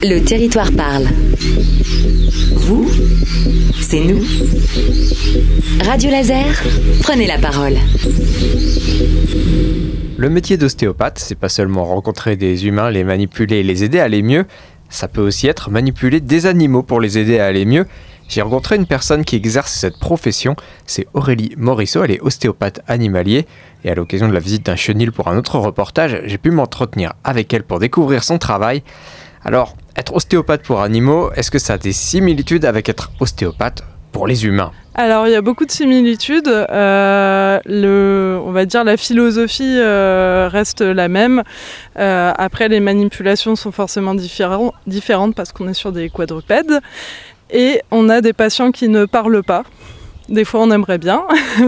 Le territoire parle. Vous, c'est nous. Radio Laser, prenez la parole. Le métier d'ostéopathe, c'est pas seulement rencontrer des humains, les manipuler et les aider à aller mieux, ça peut aussi être manipuler des animaux pour les aider à aller mieux. J'ai rencontré une personne qui exerce cette profession, c'est Aurélie Morisseau, elle est ostéopathe animalier. Et à l'occasion de la visite d'un chenil pour un autre reportage, j'ai pu m'entretenir avec elle pour découvrir son travail. Alors, être ostéopathe pour animaux, est-ce que ça a des similitudes avec être ostéopathe pour les humains ? Alors, il y a beaucoup de similitudes. On va dire la philosophie reste la même. Après, les manipulations sont forcément différentes parce qu'on est sur des quadrupèdes. Et on a des patients qui ne parlent pas. Des fois, on aimerait bien.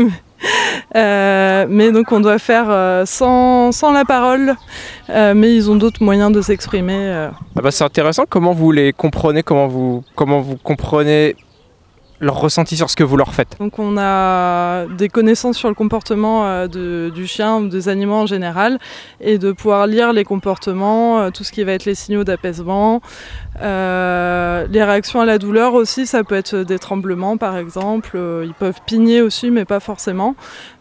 Mais donc on doit faire sans la parole, mais ils ont d'autres moyens de s'exprimer. C'est intéressant, comment vous les comprenez, comment vous comprenez leur ressenti sur ce que vous leur faites. Donc on a des connaissances sur le comportement du chien ou des animaux en général, et de pouvoir lire les comportements, tout ce qui va être les signaux d'apaisement, les réactions à la douleur aussi, ça peut être des tremblements par exemple, ils peuvent pigner aussi mais pas forcément,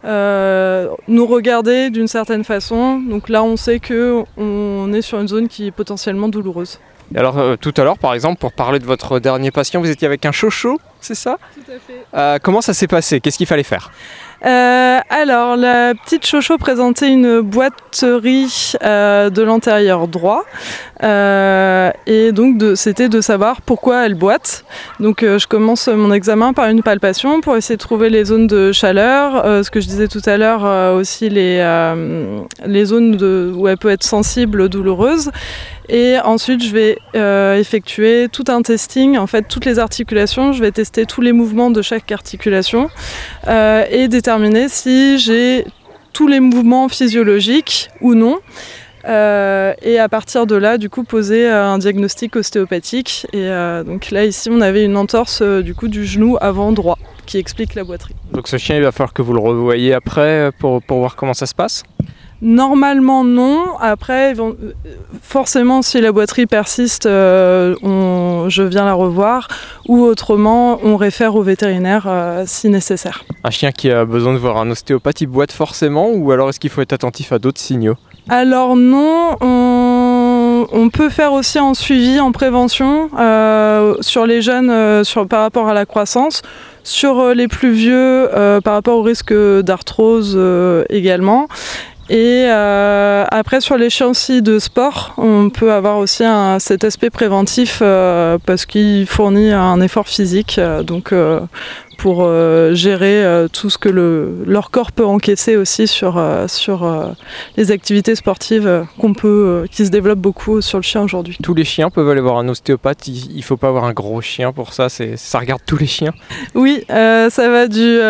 nous regarder d'une certaine façon, donc là on sait qu'on est sur une zone qui est potentiellement douloureuse. Et alors tout à l'heure par exemple, pour parler de votre dernier patient, vous étiez avec un chocho, c'est ça ? Tout à fait. Comment ça s'est passé ? Qu'est-ce qu'il fallait faire ? Alors, la petite chocho présentait une boiterie de l'antérieur droit, et donc c'était de savoir pourquoi elle boite. Donc je commence mon examen par une palpation pour essayer de trouver les zones de chaleur, ce que je disais tout à l'heure, aussi les zones où elle peut être sensible, douloureuse. Et ensuite, je vais effectuer tout un testing, en fait, toutes les articulations. Je vais tester tous les mouvements de chaque articulation et déterminer si j'ai tous les mouvements physiologiques ou non. Et à partir de là, du coup, poser un diagnostic ostéopathique. Et donc là, ici, on avait une entorse du genou avant droit qui explique la boiterie. Donc ce chien, il va falloir que vous le revoyiez après pour voir comment ça se passe ? Normalement non, après forcément si la boiterie persiste, je viens la revoir, ou autrement on réfère au vétérinaire si nécessaire. Un chien qui a besoin de voir un ostéopathe, il boite forcément, ou alors est-ce qu'il faut être attentif à d'autres signaux ? Alors non, on peut faire aussi en suivi, en prévention, sur les jeunes par rapport à la croissance, sur les plus vieux par rapport au risque d'arthrose également. Et après sur les chiens aussi de sport, on peut avoir aussi cet aspect préventif parce qu'il fournit un effort physique, pour gérer tout ce que leur corps peut encaisser aussi sur les activités sportives qui se développent beaucoup sur le chien aujourd'hui. Tous les chiens peuvent aller voir un ostéopathe, il ne faut pas avoir un gros chien pour ça, ça regarde tous les chiens ? Oui, ça va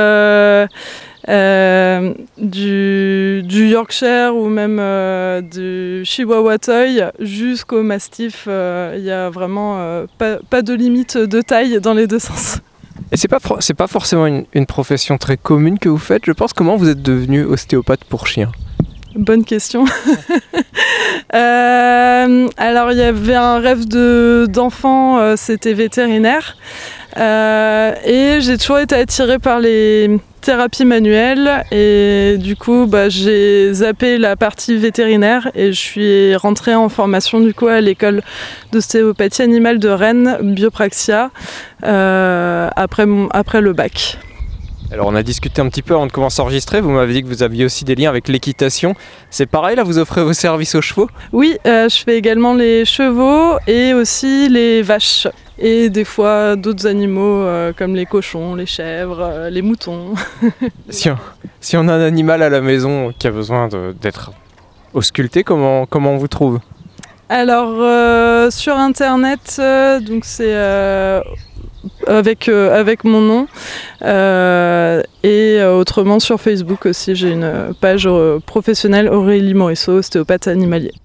du Yorkshire ou même du Chihuahua Toy jusqu'au Mastiff, il y a vraiment pas de limite de taille dans les deux sens. Et c'est pas forcément une profession très commune que vous faites, je pense. Comment vous êtes devenu ostéopathe pour chiens ? Bonne question. Alors il y avait un rêve d'enfant, c'était vétérinaire. Et j'ai toujours été attirée par les thérapies manuelles et du coup j'ai zappé la partie vétérinaire et je suis rentrée en formation du coup à l'école d'ostéopathie animale de Rennes, Biopraxia, après le bac. Alors on a discuté un petit peu avant de commencer à enregistrer, vous m'avez dit que vous aviez aussi des liens avec l'équitation. C'est pareil là, vous offrez vos services aux chevaux ? Oui, je fais également les chevaux et aussi les vaches. Et des fois d'autres animaux comme les cochons, les chèvres, les moutons. Si on a un animal à la maison qui a besoin d'être ausculté, comment on vous trouve ? Alors sur internet, donc c'est avec mon nom et autrement sur Facebook aussi j'ai une page professionnelle Aurélie Morisseau, ostéopathe animalier.